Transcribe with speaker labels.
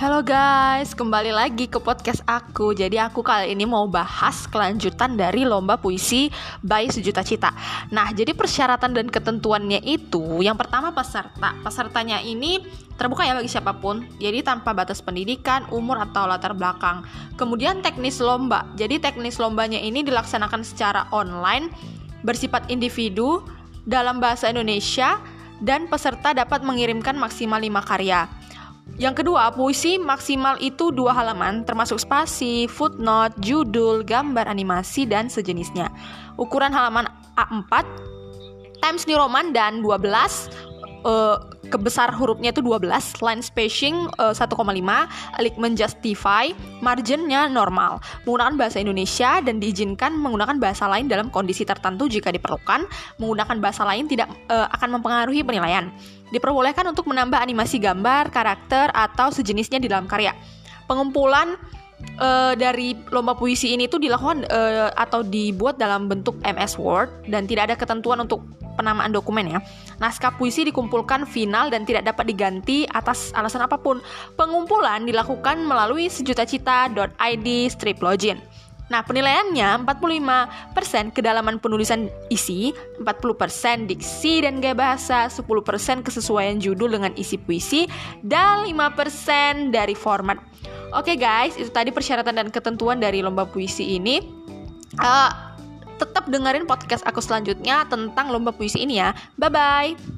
Speaker 1: Halo guys, kembali lagi ke podcast aku. Jadi aku kali ini mau bahas kelanjutan dari lomba puisi by Sejuta Cita. Nah, jadi persyaratan dan ketentuannya itu, yang pertama pesertanya ini terbuka ya bagi siapapun, jadi tanpa batas pendidikan, umur atau latar belakang. Kemudian teknis lomba, jadi teknis lombanya ini dilaksanakan secara online, bersifat individu, dalam bahasa Indonesia, dan peserta dapat mengirimkan maksimal 5 karya. Yang kedua, puisi maksimal itu 2 halaman, termasuk spasi, footnote, judul, gambar animasi, dan sejenisnya. Ukuran halaman A4, Times New Roman dan 12, kebesar hurufnya itu 12, line spacing 1,5, alignment justify, marginnya normal, menggunakan bahasa Indonesia dan diizinkan menggunakan bahasa lain dalam kondisi tertentu jika diperlukan. Menggunakan bahasa lain tidak akan mempengaruhi penilaian. Diperbolehkan untuk menambah animasi gambar, karakter, atau sejenisnya di dalam karya. Pengumpulan dari lomba puisi ini tuh dilakukan atau dibuat dalam bentuk MS Word dan tidak ada ketentuan untuk penamaan dokumen ya. Naskah puisi dikumpulkan final dan tidak dapat diganti atas alasan apapun. Pengumpulan dilakukan melalui sejutacita.id /login. Nah, penilaiannya 45% kedalaman penulisan isi, 40% diksi dan gaya bahasa, 10% kesesuaian judul dengan isi puisi, dan 5% dari format. Oke guys, itu tadi persyaratan dan ketentuan dari lomba puisi ini. Tetap dengerin podcast aku selanjutnya tentang lomba puisi ini ya. Bye-bye.